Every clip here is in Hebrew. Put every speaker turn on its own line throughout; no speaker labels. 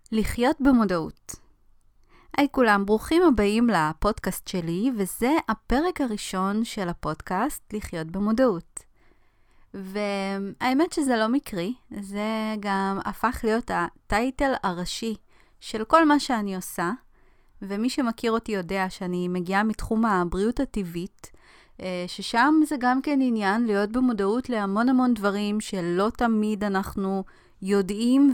לחיות במודעות. היי כולם, ברוכים הבאים לפודקאסט שלי, וזה הפרק הראשון של הפודקאסט לחיות במודעות. והאמת שזה לא מקרי, זה גם הפך להיות הטייטל הראשי של כל מה שאני עושה, ומי שמכיר אותי יודע שאני מגיעה מתחום הבריאות הטבעית, ששם זה גם כן עניין להיות במודעות להמון המון דברים שלא תמיד אנחנו יודעים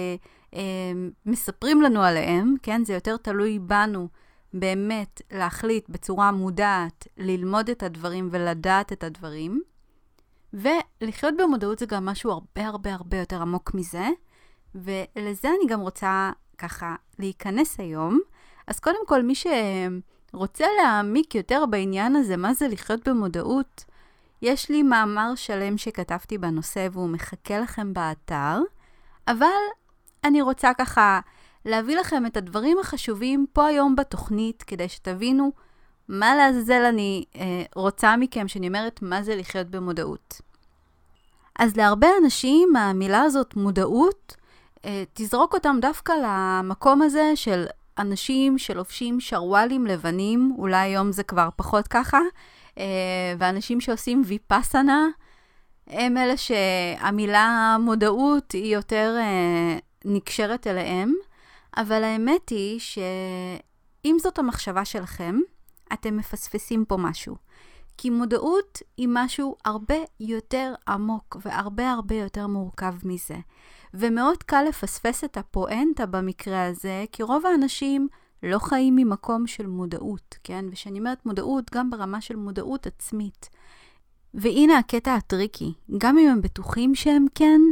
ומספרים לנו עליהם, כן? זה יותר תלוי בנו באמת להחליט בצורה מודעת, ללמוד את הדברים ולדעת את הדברים. ולחיות במודעות זה גם משהו הרבה הרבה הרבה יותר עמוק מזה, ולזה אני גם רוצה ככה להיכנס היום. אז קודם כל, מי שרוצה להעמיק יותר בעניין הזה, מה זה לחיות במודעות, יש לי מאמר שלם שכתבתי בנושא והוא מחכה לכם באתר, אבל אני רוצה ככה להביא לכם את הדברים החשובים פה היום בתוכנית, כדי שתבינו מה לעזאזל אני רוצה מכם שאני אומרת מה זה לחיות במודעות. אז להרבה אנשים המילה הזאת מודעות תזרוק אותם דווקא למקום הזה של אנשים שלובשים שרוואלים לבנים, אולי היום זה כבר פחות ככה, ואנשים שעושים ויפאסנה, הם אלה שהמילה מודעות היא יותר נקשרת אליהם, אבל האמת היא שאם זאת המחשבה שלכם, אתם מפספסים פה משהו. כי מודעות היא משהו הרבה יותר עמוק והרבה הרבה יותר מורכב מזה. ומאוד קל לפספס את הפואנטה במקרה הזה, כי רוב האנשים לא חיים ממקום של מודעות, כן? ושאני אומרת מודעות גם ברמה של מודעות עצמית. והנה הקטע הטריקי, גם אם הם בטוחים שהם כן,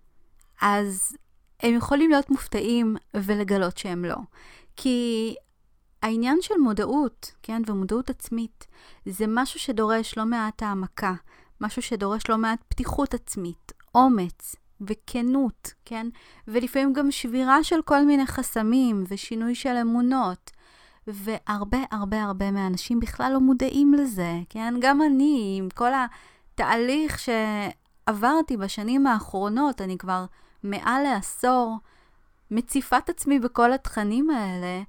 אז הם יכולים להיות מופתעים ולגלות שהם לא. כי העניין של מודעות, כן, ומודעות עצמית, זה משהו שדורש לא מעט העמקה, משהו שדורש לא מעט פתיחות עצמית, אומץ וכנות, כן, ולפעמים גם שבירה של כל מיני חסמים ושינוי של אמונות, והרבה הרבה הרבה מהאנשים בכלל לא מודעים לזה, כן, גם אני עם כל התהליך שעברתי בשנים האחרונות, אני כבר מעל לעשור מציפת עצמי בכל התכנים האלה,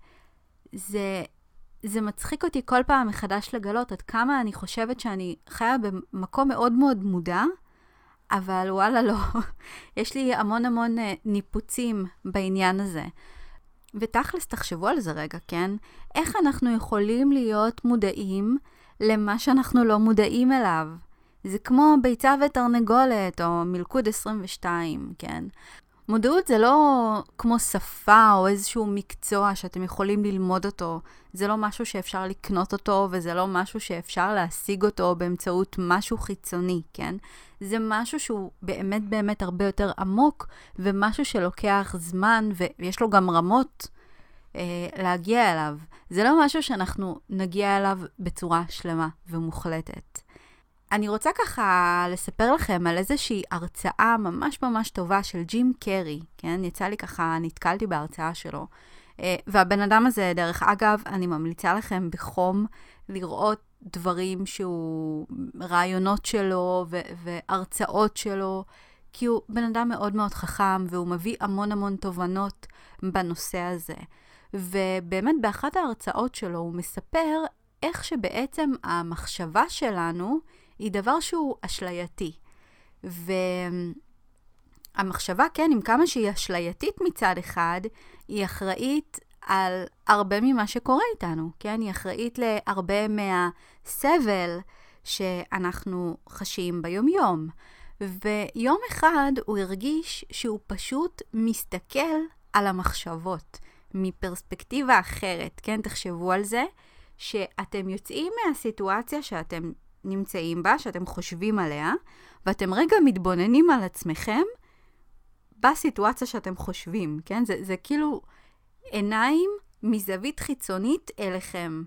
זה מצחיק אותי כל פעם מחדש לגלות עד כמה אני חושבת שאני חיה במקום מאוד מאוד מודע, אבל וואלה לא. יש לי המון המון ניפוצים בעניין הזה. ותכלס תחשבו על זה רגע, כן? איך אנחנו יכולים להיות מודעים למה שאנחנו לא מודעים אליו? זה כמו ביצה ותרנגולת או מלכוד 22, כן? מודעות זה לא כמו שפה או איזשהו מקצוע שאתם יכולים ללמוד אותו. זה לא משהו שאפשר לקנות אותו, וזה לא משהו שאפשר להשיג אותו באמצעות משהו חיצוני, כן? זה משהו שהוא באמת באמת הרבה יותר עמוק, ומשהו שלוקח זמן, ויש לו גם רמות להגיע אליו. זה לא משהו שאנחנו נגיע אליו בצורה שלמה ומוחלטת. אני רוצה ככה לספר לכם על איזושהי הרצאה ממש ממש טובה של ג'ים קרי, כן? יצא לי ככה, נתקלתי בהרצאה שלו. והבן אדם הזה, דרך אגב, אני ממליצה לכם בחום לראות דברים שהוא, רעיונות שלו והרצאות שלו, כי הוא בן אדם מאוד מאוד חכם, והוא מביא המון המון תובנות בנושא הזה. ובאמת באחת ההרצאות שלו הוא מספר איך שבעצם המחשבה שלנו היא דבר שהוא אשלייתי. והמחשבה, כן, עם כמה שהיא אשלייתית מצד אחד, היא אחראית על הרבה ממה שקורה איתנו, כן? היא אחראית להרבה מהסבל שאנחנו חשים ביום-יום. ויום אחד הוא הרגיש שהוא פשוט מסתכל על המחשבות מפרספקטיבה אחרת, כן? תחשבו על זה, שאתם יוצאים מהסיטואציה שאתם נמצאים בה, שאתם חושבים עליה, ואתם רגע מתבוננים על עצמכם בסיטואציה שאתם חושבים, כן? זה כאילו עיניים מזווית חיצונית אליכם.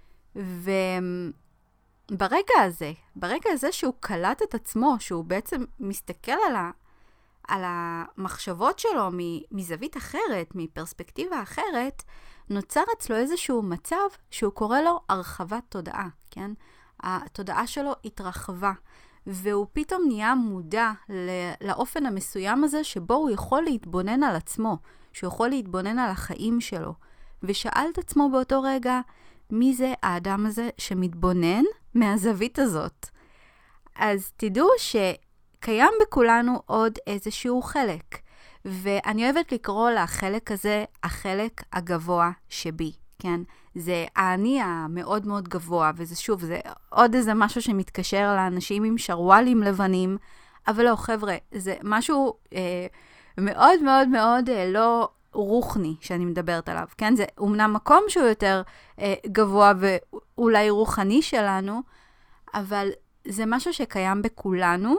ברגע הזה שהוא קלט את עצמו, שהוא בעצם מסתכל על המחשבות שלו מזווית אחרת, מפרספקטיבה אחרת, נוצר אצלו איזשהו מצב שהוא קורא לו הרחבת תודעה, כן? התודעה שלו התרחבה, והוא פתאום נהיה מודע לאופן המסוים הזה שבו הוא יכול להתבונן על עצמו, שהוא יכול להתבונן על החיים שלו, ושאל את עצמו באותו רגע, מי זה האדם הזה שמתבונן מהזווית הזאת? אז תדעו שקיים בכולנו עוד איזשהו חלק, ואני אוהבת לקרוא לחלק הזה החלק הגבוה שבי, כן? זה האני המאוד מאוד גבוה, וזה שוב, זה עוד איזה משהו שמתקשר לאנשים עם שרוואלים לבנים, אבל לא, חבר'ה, זה משהו מאוד מאוד מאוד לא רוחני שאני מדברת עליו, כן? זה אומנם מקום שהוא יותר גבוה ואולי רוחני שלנו, אבל זה משהו שקיים בכולנו,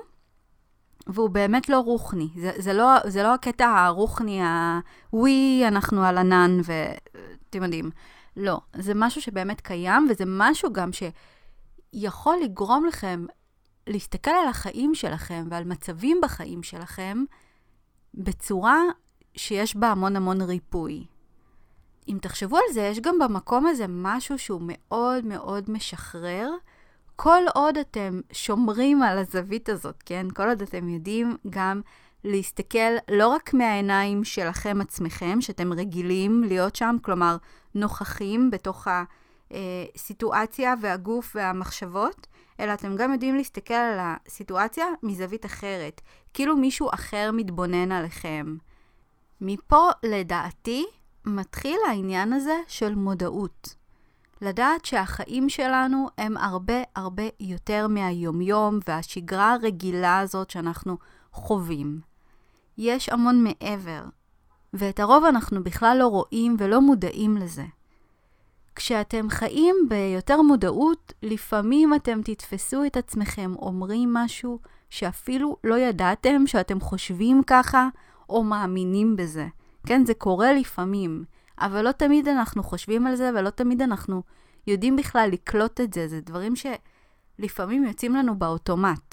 והוא באמת לא רוחני. זה לא הקטע הרוחני, ווי, אנחנו על ענן, ואתם יודעים. לא, זה משהו שבאמת קיים, וזה משהו גם שיכול לגרום לכם להסתכל על החיים שלכם ועל מצבים בחיים שלכם בצורה שיש בה המון המון ריפוי. אם תחשבו על זה, יש גם במקום הזה משהו שהוא מאוד מאוד משחרר, כל עוד אתם שומרים על הזווית הזאת, כן? כל עוד אתם יודעים גם להסתכל לא רק מהעיניים שלכם עצמכם, שאתם רגילים להיות שם, כלומר נוכחים בתוך הסיטואציה והגוף והמחשבות, אלא אתם גם יודעים להסתכל על הסיטואציה מזווית אחרת, כאילו מישהו אחר מתבונן עליכם. מפה לדעתי מתחיל העניין הזה של מודעות. לדעת שהחיים שלנו הם הרבה הרבה יותר מהיומיום והשגרה הרגילה הזאת שאנחנו חווים. יש המון מעבר, ואת הרוב אנחנו בכלל לא רואים ולא מודעים לזה. כשאתם חיים ביותר מודעות, לפעמים אתם תתפסו את עצמכם אומרים משהו שאפילו לא ידעתם שאתם חושבים ככה או מאמינים בזה. כן, זה קורה לפעמים, אבל לא תמיד אנחנו חושבים על זה ולא תמיד אנחנו יודעים בכלל לקלוט את זה. זה דברים שלפעמים יוצאים לנו באוטומט.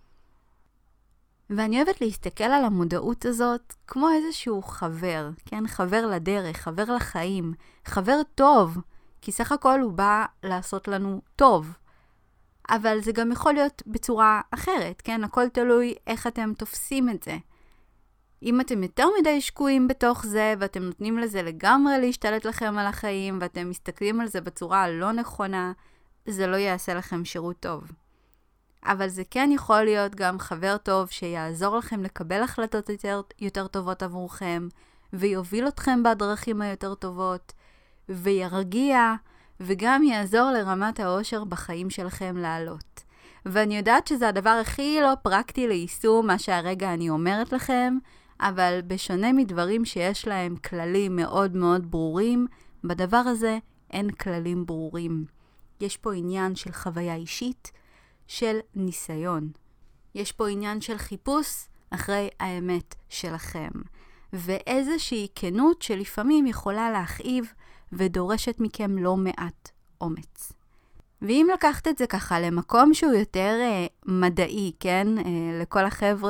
ואני אוהבת להסתכל על המודעות הזאת כמו איזשהו חבר, כן? חבר לדרך, חבר לחיים, חבר טוב, כי סך הכל הוא בא לעשות לנו טוב. אבל זה גם יכול להיות בצורה אחרת, כן? הכל תלוי איך אתם תופסים את זה. אם אתם יותר מדי שקועים בתוך זה, ואתם נותנים לזה לגמרי להשתלט לכם על החיים, ואתם מסתכלים על זה בצורה הלא נכונה, זה לא יעשה לכם שירות טוב. אבל זה כן יכול להיות גם חבר טוב שיעזור לכם לקבל החלטות יותר טובות עבורכם, ויוביל אתכם בדרכים היותר טובות, וירגיע, וגם יעזור לרמת האושר בחיים שלכם לעלות. ואני יודעת שזה הדבר הכי לא פרקטי ליישום, מה שהרגע אני אומרת לכם, אבל בשונה מדברים שיש להם כללים מאוד מאוד ברורים, בדבר הזה אין כללים ברורים. יש פה עניין של חוויה אישית, של ניסיון. יש פה עניין של חיפוש אחרי האמת שלכם. ואיזושהי כנות שלפעמים יכולה להכאיב ודורשת מכם לא מעט אומץ. ואם לקחת את זה ככה למקום שהוא יותר מדעי, כן? לכל החבר'ה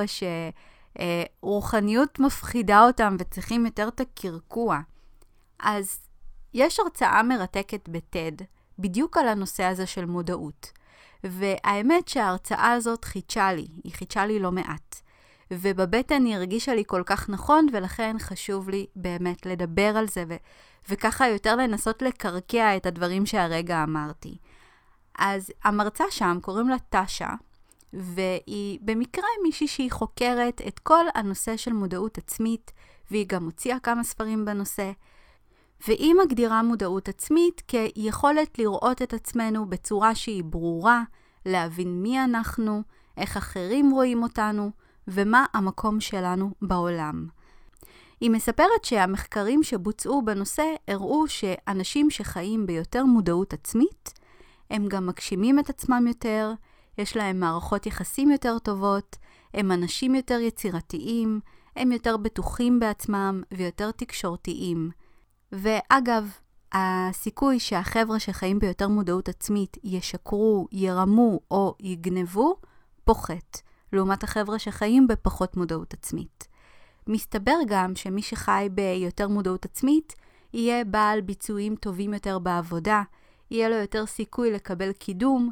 שרוחניות מפחידה אותם וצריכים יותר את הקרקוע. אז יש הרצאה מרתקת בטד, בדיוק על הנושא הזה של מודעות. והאמת שההרצאה הזאת היא חידשה לי לא מעט. ובבטן היא הרגישה לי כל כך נכון, ולכן חשוב לי באמת לדבר על זה, וככה יותר לנסות לקרקע את הדברים שהרגע אמרתי. אז המרצה שם קוראים לה טשה, והיא במקרה מישהי שהיא חוקרת את כל הנושא של מודעות עצמית, והיא גם הוציאה כמה ספרים בנושא, והיא מגדירה מודעות עצמית כיכולת לראות את עצמנו בצורה שהיא ברורה, להבין מי אנחנו, איך אחרים רואים אותנו, ומה המקום שלנו בעולם. היא מספרת שהמחקרים שבוצעו בנושא הראו שאנשים שחיים ביותר מודעות עצמית, הם גם מגשימים את עצמם יותר, יש להם מערכות יחסים יותר טובות, הם אנשים יותר יצירתיים, הם יותר בטוחים בעצמם ויותר תקשורתיים. ואגב, הסיכוי שהחבר'ה שחיים ביותר מודעות עצמית ישקרו, ירמו או יגנבו, פוחת, לעומת החבר'ה שחיים בפחות מודעות עצמית. מסתבר גם שמי שחי ביותר מודעות עצמית, יהיה בעל ביצועים טובים יותר בעבודה, יהיה לו יותר סיכוי לקבל קידום,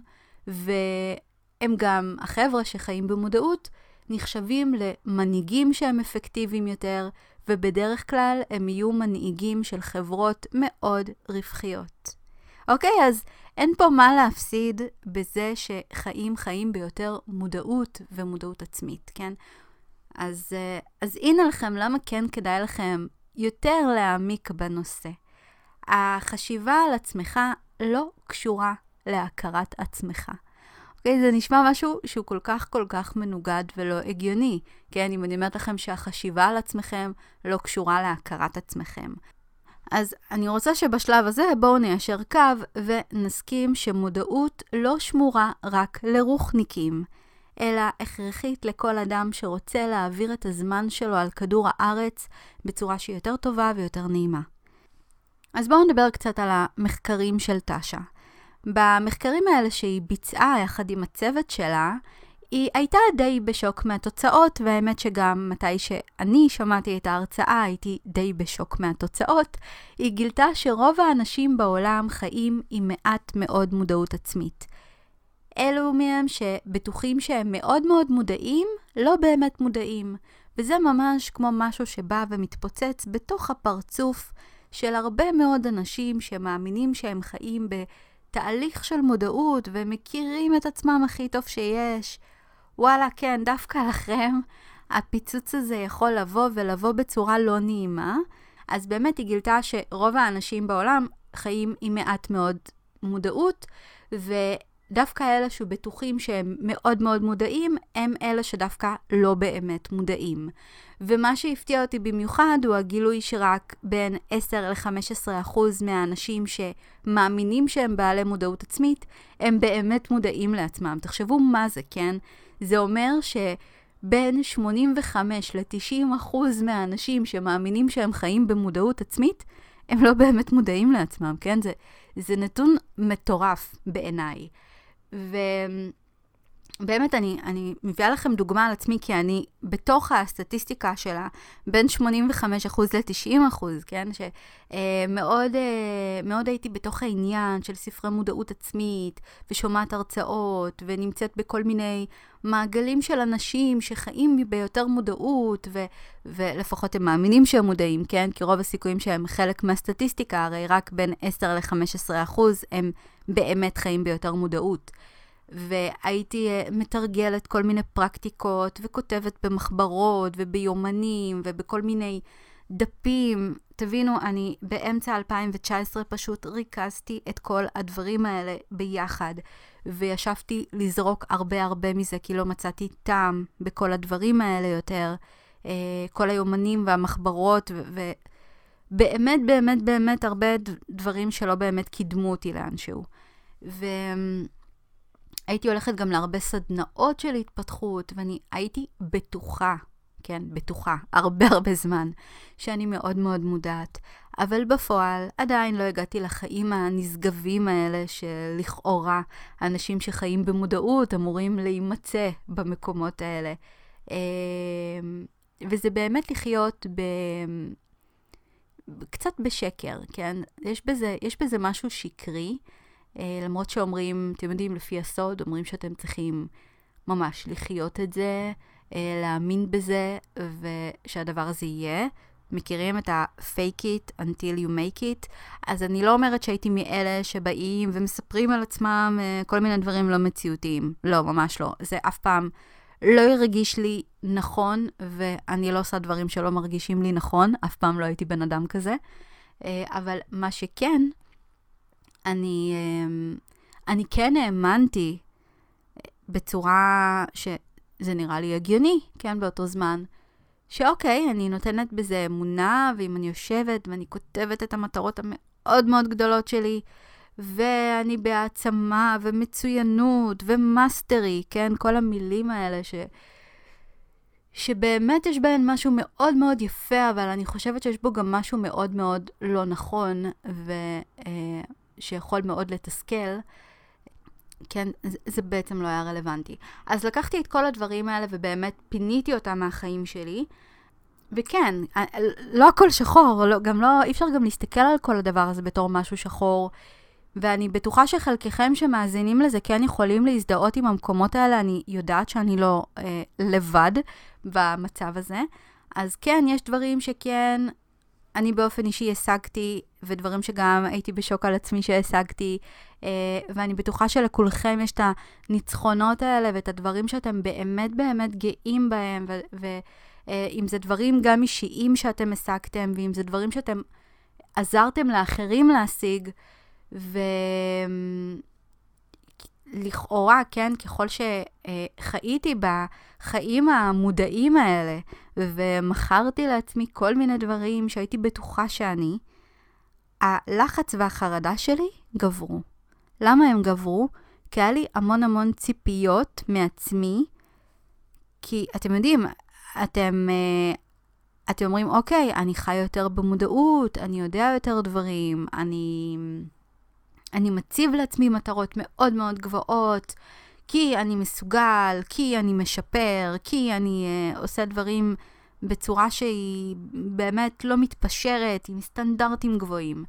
והם גם, החבר'ה שחיים במודעות, נחשבים למנהיגים שהם אפקטיביים יותר, ובדרך כלל הם יהיו מנהיגים של חברות מאוד רווחיות. אוקיי, אז אין פה מה להפסיד בזה חיים ביותר מודעות ומודעות עצמית, כן? אז הנה לכם למה כן כדאי לכם יותר להעמיק בנושא. החשיבה על עצמך לא קשורה להכרת עצמך. אוקיי, זה נשמע משהו שהוא כל כך מנוגד ולא הגיוני. כן, אם אני אומרת לכם שהחשיבה על עצמכם לא קשורה להכרת עצמכם. אז אני רוצה שבשלב הזה בואו ניישר קו ונסכים שמודעות לא שמורה רק לרוחניקים, אלא הכרחית לכל אדם שרוצה להעביר את הזמן שלו על כדור הארץ בצורה שהיא יותר טובה ויותר נעימה. אז בואו נדבר קצת על המחקרים של טשה. במחקרים האלה שהיא ביצעה יחד עם הצוות שלה, היא הייתה די בשוק מהתוצאות, והאמת שגם מתי שאני שמעתי את ההרצאה הייתי די בשוק מהתוצאות. היא גילתה שרוב האנשים בעולם חיים עם מעט מאוד מודעות עצמית. אלו מהם שבטוחים שהם מאוד מאוד מודעים, לא באמת מודעים. וזה ממש כמו משהו שבא ומתפוצץ בתוך הפרצוף של הרבה מאוד אנשים שמאמינים שהם חיים בתהליך של מודעות ומכירים את עצמם הכי טוב שיש. וואלה, כן, דווקא לכם הפיצוץ הזה יכול לבוא בצורה לא נעימה. אז באמת היא גילתה שרוב האנשים בעולם חיים עם מעט מאוד מודעות, ודווקא אלה שבטוחים שהם מאוד מאוד מודעים, הם אלה שדווקא לא באמת מודעים. ומה שהפתיע אותי במיוחד הוא הגילוי שרק בין 10-15% מהאנשים שמאמינים שהם בעלי מודעות עצמית, הם באמת מודעים לעצמם. תחשבו מה זה, כן? זה אומר שבין 85-90% מהאנשים שמאמינים שהם חיים במודעות עצמית, הם לא באמת מודעים לעצמם, כן? זה נתון מטורף בעיניי. באמת אני מביאה לכם דוגמה על עצמי, כי אני בתוך הסטטיסטיקה שלה, בין 85% ל-90%, כן? שמאוד הייתי בתוך העניין של ספרי מודעות עצמית, ושומעת הרצאות, ונמצאת בכל מיני מעגלים של אנשים שחיים ביותר מודעות, ולפחות הם מאמינים שהם מודעים, כן? כי רוב הסיכויים שהם חלק מהסטטיסטיקה, הרי רק בין 10-15% הם באמת חיים ביותר מודעות. והייתי מתרגלת כל מיני פרקטיקות וכותבת במחברות וביומנים ובכל מיני דפים. תבינו, אני באמצע 2019 פשוט ריכזתי את כל הדברים האלה ביחד, וישבתי לזרוק הרבה מזה, כי לא מצאתי טעם בכל הדברים האלה יותר, כל היומנים והמחברות, ובאמת הרבה דברים שלא באמת קידמו אותי לאנשהו. הייתי הולכת גם להרבה סדנאות של התפתחות, ואני הייתי בטוחה, כן, בטוחה, הרבה זמן, שאני מאוד מאוד מודעת. אבל בפועל עדיין לא הגעתי לחיים הנשגבים האלה, שלכאורה אנשים שחיים במודעות אמורים להימצא במקומות האלה. וזה באמת לחיות קצת בשקר, כן? יש בזה משהו שקרי, למרות שאומרים, אתם יודעים, לפי הסוד, אומרים שאתם צריכים ממש לחיות את זה, להאמין בזה, ושהדבר הזה יהיה. מכירים את ה-fake it until you make it. אז אני לא אומרת שהייתי מאלה שבאים ומספרים על עצמם כל מיני דברים לא מציאותיים. לא, ממש לא. זה אף פעם לא הרגיש לי נכון, ואני לא עושה דברים שלא מרגישים לי נכון. אף פעם לא הייתי בן אדם כזה. אבל מה שכן, אני כן האמנתי בצורה שזה נראה לי הגיוני, כן, באותו זמן, שאוקיי, אני נותנת בזה אמונה, ואם אני יושבת ואני כותבת את המטרות המאוד מאוד גדולות שלי, ואני בהעצמה ומצוינות ומאסטרי, כן, כל המילים האלה שבאמת יש בהן משהו מאוד מאוד יפה, אבל אני חושבת שיש בו גם משהו מאוד מאוד לא נכון, שיכול מאוד לתסכל, כן, זה בעצם לא היה רלוונטי. אז לקחתי את כל הדברים האלה ובאמת פיניתי אותם מהחיים שלי, וכן, לא הכל שחור, אי אפשר גם להסתכל על כל הדבר הזה בתור משהו שחור, ואני בטוחה שחלקכם שמאזינים לזה כן יכולים להזדהות עם המקומות האלה, אני יודעת שאני לא לבד במצב הזה, אז כן, יש דברים שכן, אני באופן אישי השגתי, ודברים שגם הייתי בשוק על עצמי שהשגתי, ואני בטוחה שלכולכם יש את הניצחונות האלה, ואת הדברים שאתם באמת באמת גאים בהם, ואם זה דברים גם אישיים שאתם השגתם, ואם זה דברים שאתם עזרתם לאחרים להשיג, לכאורה, כן, ככל שחייתי בחיים המודעים האלה, ומכרתי לעצמי כל מיני דברים שהייתי בטוחה שאני, הלחץ והחרדה שלי גברו. למה הם גברו? כי היה לי המון המון ציפיות מעצמי, כי אתם יודעים, אתם אומרים, אוקיי, אני חי יותר במודעות, אני יודע יותר דברים, אני מציב לעצמי מטרות מאוד מאוד גבוהות, כי אני מסוגל, כי אני משפר, כי אני עושה דברים בצורה שהיא באמת לא מתפשרת, עם סטנדרטים גבוהים.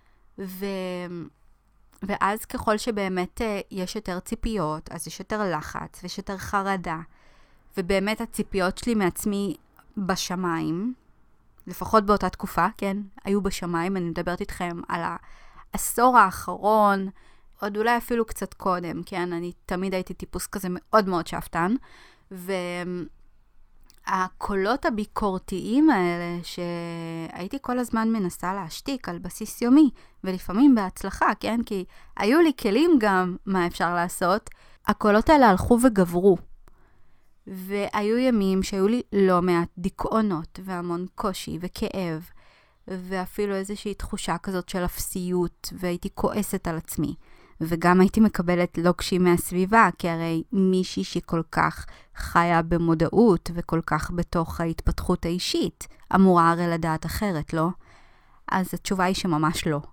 ואז ככל שבאמת יש יותר ציפיות, אז יש יותר לחץ ויש יותר חרדה. ובאמת הציפיות שלי מעצמי בשמיים, לפחות באותה תקופה, כן, היו בשמיים, אני מדברת איתכם על העשור האחרון, עוד אולי אפילו קצת קודם, כן, אני תמיד הייתי טיפוס כזה מאוד מאוד שאפתן, והקולות הביקורתיים האלה שהייתי כל הזמן מנסה להשתיק על בסיס יומי, ולפעמים בהצלחה, כן, כי היו לי כלים גם מה אפשר לעשות, הקולות האלה הלכו וגברו. והיו ימים שהיו לי לא מעט דיכאונות והמון קושי וכאב, ואפילו איזושהי תחושה כזאת של אפסיות, והייתי כועסת על עצמי. וגם הייתי מקבלת לוקשים מהסביבה, כי הרי מישהי שכל כך חיה במודעות, וכל כך בתוך ההתפתחות האישית, אמורה הרי לדעת אחרת, לא? אז התשובה היא שממש לא.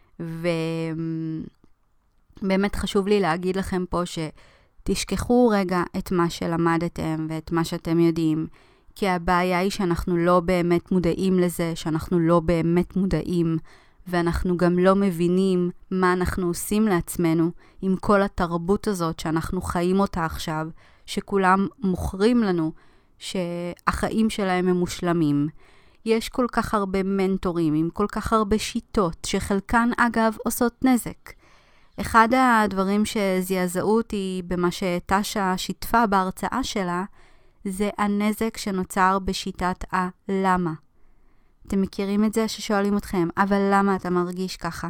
ובאמת חשוב לי להגיד לכם פה תשכחו רגע את מה שלמדתם ואת מה שאתם יודעים, כי הבעיה היא שאנחנו לא באמת מודעים לזה, שאנחנו לא באמת מודעים, ואנחנו גם לא מבינים מה אנחנו עושים לעצמנו עם כל התרבות הזאת שאנחנו חיים אותה עכשיו, שכולם מוכרים לנו שהחיים שלהם הם מושלמים. יש כל כך הרבה מנטורים עם כל כך הרבה שיטות, שחלקן אגב עושות נזק. אחד הדברים שזעזעו אותי במה שטשה שיתפה בהרצאה שלה, זה הנזק שנוצר בשיטת הלמה. אתם מכירים את זה ששואלים אתכם, אבל למה אתה מרגיש ככה?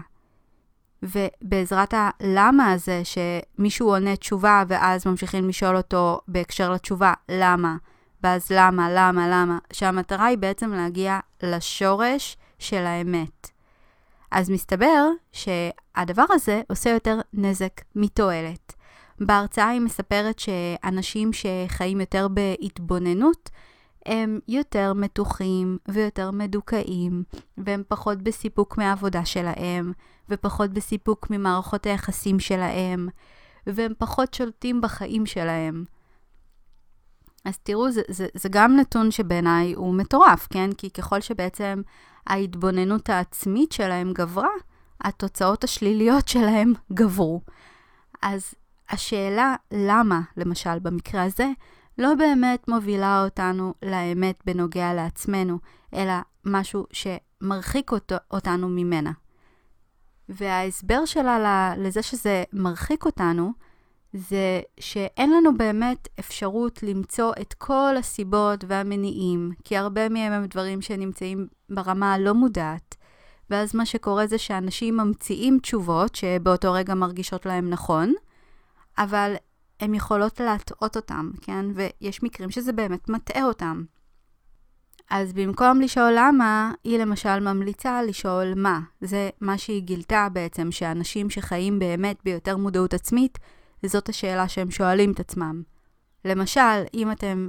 ובעזרת הלמה הזה שמישהו עונה תשובה ואז ממשיכים לשאול אותו בהקשר לתשובה, למה? ואז למה? שהמטרה היא בעצם להגיע לשורש של האמת. אז מסתבר שהדבר הזה עושה יותר נזק מתועלת. בהרצאה היא מספרת שאנשים שחיים יותר בהתבוננות, הם יותר מתוחים ויותר מדוכאים, והם פחות בסיפוק מהעבודה שלהם, ופחות בסיפוק ממערכות היחסים שלהם, והם פחות שולטים בחיים שלהם. אז תראו, זה גם נתון שבעיניי הוא מטורף, כן? כי ככל שבעצם ההתבוננות העצמית שלהם גברה, התוצאות השליליות שלהם גברו. אז השאלה למה, למשל במקרה הזה, לא באמת מובילה אותנו לאמת בנוגע לעצמנו, אלא משהו שמרחיק אותנו ממנה. וההסבר שלה לזה שזה מרחיק אותנו, זה שאין לנו באמת אפשרות למצוא את כל הסיבות והמניעים, כי הרבה מהם הם דברים שנמצאים ברמה הלא מודעת, ואז מה שקורה זה שאנשים ממציאים תשובות שבאותו רגע מרגישות להם נכון, אבל הם יכולות להטעות אותם, כן? ויש מקרים שזה באמת מטעה אותם. אז במקום לשאול למה, היא למשל ממליצה לשאול מה. זה מה שהיא גילתה בעצם, שאנשים שחיים באמת ביותר מודעות עצמית, זאת השאלה שהם שואלים את עצמם. למשל, אם אתם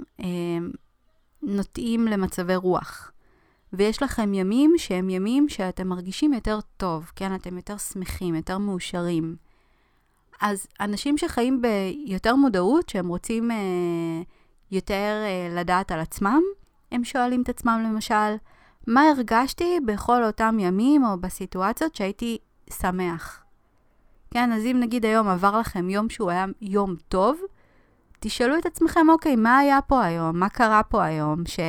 נוטים למצבי רוח, ויש לכם ימים שהם ימים שאתם מרגישים יותר טוב, כן? אתם יותר שמחים, יותר מאושרים. אז אנשים שחיים ביותר מודעות, שהם רוצים יותר לדעת על עצמם, הם שואלים את עצמם למשל, מה הרגשתי בכל אותם ימים או בסיטואציות שהייתי שמח? כן, אז אם נגיד היום עבר לכם יום שהוא היה יום טוב, תשאלו את עצמכם, אוקיי, מה היה פה היום? מה קרה פה היום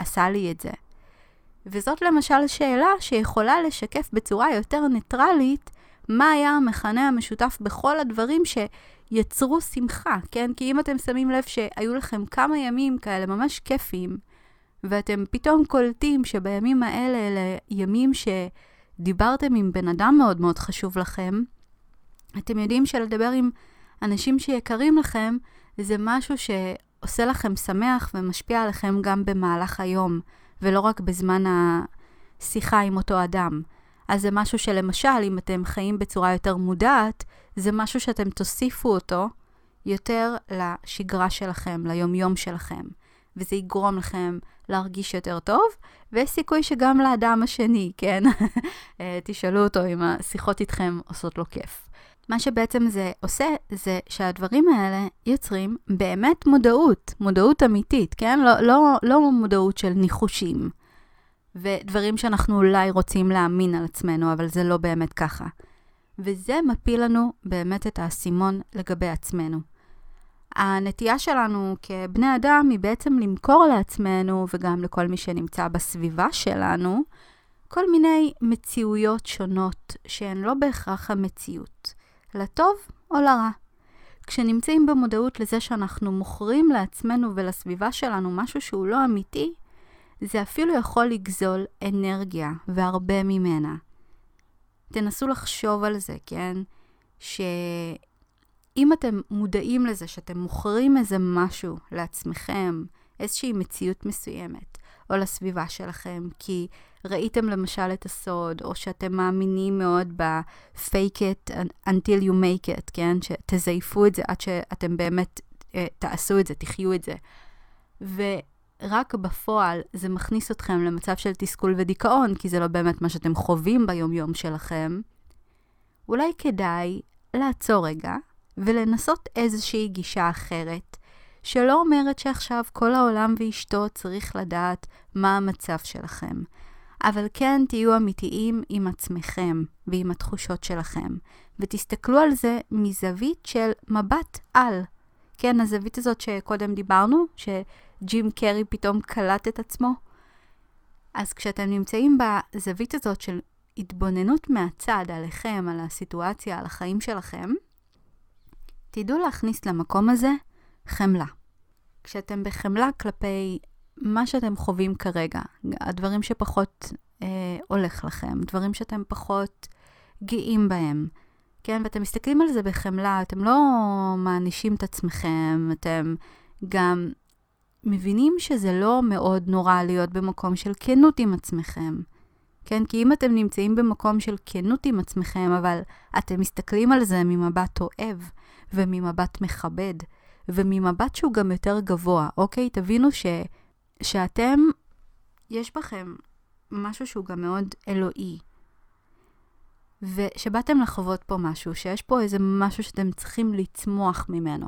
עשה לי את זה. וזאת למשל שאלה שיכולה לשקף בצורה יותר ניטרלית מה היה המכנה המשותף בכל הדברים שיצרו שמחה, כן? כי אם אתם שמים לב שהיו לכם כמה ימים כאלה ממש כיפים, ואתם פתאום קולטים שבימים האלה אלה ימים שדיברתם עם בן אדם מאוד מאוד חשוב לכם, אתם יודעים שלדבר עם אנשים שיקרים לכם זה משהו שעושה לכם שמח ומשפיע עליכם גם במהלך היום, ולא רק בזמן השיחה עם אותו אדם. אז זה משהו שלמשל, אם אתם חיים בצורה יותר מודעת, זה משהו שאתם תוסיפו אותו יותר לשגרה שלכם, ליום-יום שלכם. וזה יגרום לכם להרגיש יותר טוב, ויש סיכוי שגם לאדם השני, כן? תשאלו אותו אם השיחות איתכם עושות לו כיף. מה שבעצם זה עושה, זה שהדברים האלה יוצרים באמת מודעות אמיתית, כן? לא מודעות של ניחושים, ודברים שאנחנו אולי רוצים להאמין על עצמנו, אבל זה לא באמת ככה. וזה מפיל לנו באמת את האסימון לגבי עצמנו. הנטייה שלנו כבני אדם היא בעצם למכור לעצמנו, וגם לכל מי שנמצא בסביבה שלנו, כל מיני מציאויות שונות שהן לא בהכרח המציאות, לטוב או לרע. כשנמצאים במודעות לזה שאנחנו מוכרים לעצמנו ולסביבה שלנו משהו שהוא לא אמיתי, זה אפילו יכול לגזול אנרגיה והרבה ממנה. תנסו לחשוב על זה, כן? שאם אתם מודעים לזה שאתם מוכרים איזה משהו לעצמכם, איזושהי מציאות מסוימת, או לסביבה שלכם, כי ראיתם למשל את הסוד, או שאתם מאמינים מאוד ב-fake it until you make it, כן? שתזייפו את זה עד שאתם באמת תעשו את זה, תחיו את זה. ורק בפועל זה מכניס אתכם למצב של תסכול ודיכאון, כי זה לא באמת מה שאתם חווים ביום-יום שלכם. אולי כדאי לעצור רגע, ולנסות איזושהי גישה אחרת, שלא אומרת שעכשיו כל העולם ואשתו צריך לדעת מה המצב שלכם. אבל כן תהיו אמיתיים עם עצמכם ועם התחושות שלכם, ותסתכלו על זה מזווית של מבט על. כן, הזווית הזאת שקודם דיברנו, שג'ים קרי פתאום קלט את עצמו. אז כשאתם נמצאים בזווית הזאת של התבוננות מהצד עליכם, על הסיטואציה, על החיים שלכם, תדעו להכניס למקום הזה חמלה. כשאתם בחמלה כלפי מה שאתם חווים כרגע, הדברים שפחות הולך לכם, דברים שאתם פחות גאים בהם, כן? ואתם מסתכלים על זה בחמלה, אתם לא מענישים את עצמכם, אתם גם מבינים שזה לא מאוד נורא להיות במקום של כנות עם עצמכם. כן? כי אם אתם נמצאים במקום של כנות עם עצמכם, אבל אתם מסתכלים על זה ממבט אוהב, וממבט מכבד, וממבט שהוא גם יותר גבוה, אוקיי? תבינו שאתם, יש בכם משהו שהוא גם מאוד אלוהי. ושבאתם לחוות פה משהו, שיש פה איזה משהו שאתם צריכים לצמוח ממנו.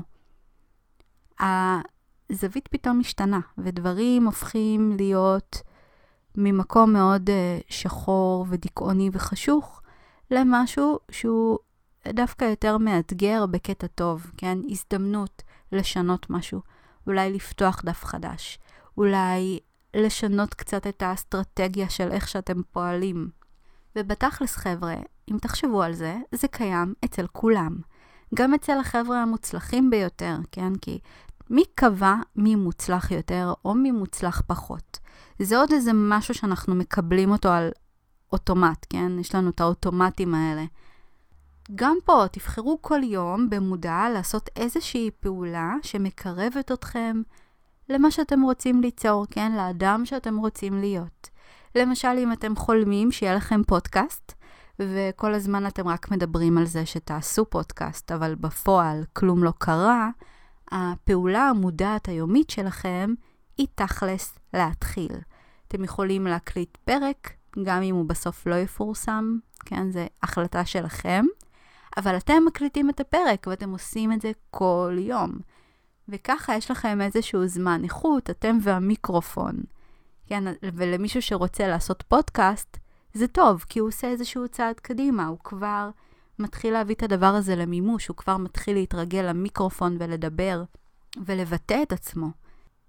הזווית פתאום משתנה, ודברים הופכים להיות ממקום מאוד שחור ודיכאוני וחשוך, למשהו שהוא דווקא יותר מאתגר בקטע טוב, כן? הזדמנות לשנות משהו, אולי לפתוח דף חדש, אולי לשנות קצת את האסטרטגיה של איך שאתם פועלים. ובתכלס חבר'ה, אם תחשבו על זה, זה קיים אצל כולם. גם אצל החבר'ה המוצלחים ביותר, כן? כי מי קבע מי מוצלח יותר או מי מוצלח פחות? זה עוד איזה משהו שאנחנו מקבלים אותו על אוטומט, כן? יש לנו את האוטומטים האלה. גם פה תבחרו כל יום במודע לעשות איזושהי פעולה שמקרבת אתכם למה שאתם רוצים ליצור, כן? לאדם שאתם רוצים להיות. למשל, אם אתם חולמים שיהיה לכם פודקאסט, וכל הזמן אתם רק מדברים על זה שתעשו פודקאסט, אבל בפועל כלום לא קרה, הפעולה המודעת היומית שלכם היא תכלס להתחיל. אתם יכולים להקליט פרק, גם אם הוא בסוף לא יפורסם, כן? זה החלטה שלכם, אבל אתם מקליטים את הפרק ואתם עושים את זה כל יום. וככה יש לכם איזשהו זמן איכות, אתם והמיקרופון. כן? ולמישהו שרוצה לעשות פודקאסט, זה טוב, כי הוא עושה איזשהו צעד קדימה, הוא כבר מתחיל להביא את הדבר הזה למימוש, הוא כבר מתחיל להתרגל למיקרופון ולדבר ולבטא את עצמו.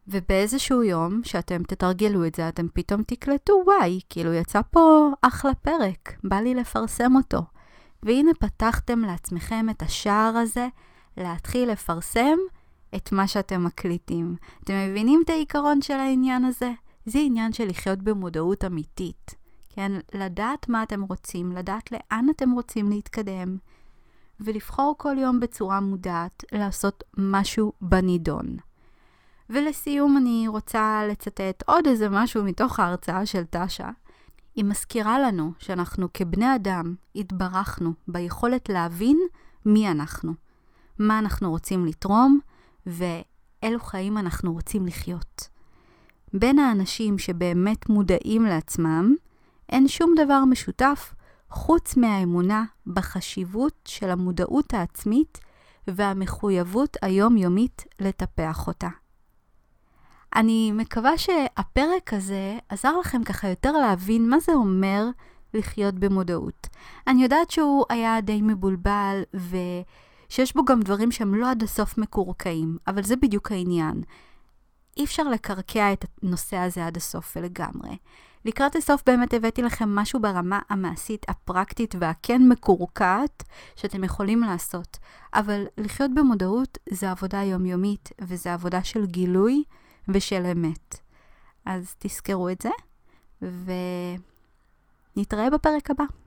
ובאיזשהו יום שאתם תתרגלו את זה, אתם פתאום תקלטו, וואי, כאילו יצא פה אחלה פרק, בא לי לפרסם אותו. והנה פתחתם לעצמכם את השער הזה, להתחיל לפרסם את מה שאתם מקליטים. אתם מבינים את העיקרון של העניין הזה? זה עניין של לחיות במודעות אמיתית. כן? לדעת מה אתם רוצים, לדעת לאן אתם רוצים להתקדם, ולבחור כל יום בצורה מודעת לעשות משהו בנידון. ולסיום אני רוצה לצטט עוד איזה משהו מתוך ההרצאה של טשה. היא מזכירה לנו שאנחנו כבני אדם התברכנו ביכולת להבין מי אנחנו, מה אנחנו רוצים לתרום ואילו חיים אנחנו רוצים לחיות. בין האנשים שבאמת מודעים לעצמם, אין שום דבר משותף חוץ מהאמונה בחשיבות של המודעות העצמית והמחויבות היומיומית לטפח אותה. אני מקווה שהפרק הזה עזר לכם ככה יותר להבין מה זה אומר לחיות במודעות. אני יודעת שהוא היה די מבולבל ושיש בו גם דברים שהם לא עד הסוף מקורקעים, אבל זה בדיוק העניין. אי אפשר לקרקע את הנושא הזה עד הסוף ולגמרי. לקראת הסוף באמת הבאתי לכם משהו ברמה המעשית, הפרקטית והכן מקורקעת שאתם יכולים לעשות. אבל לחיות במודעות זה עבודה יומיומית וזה עבודה של גילוי ושל אמת. אז תזכרו את זה ונתראה בפרק הבא.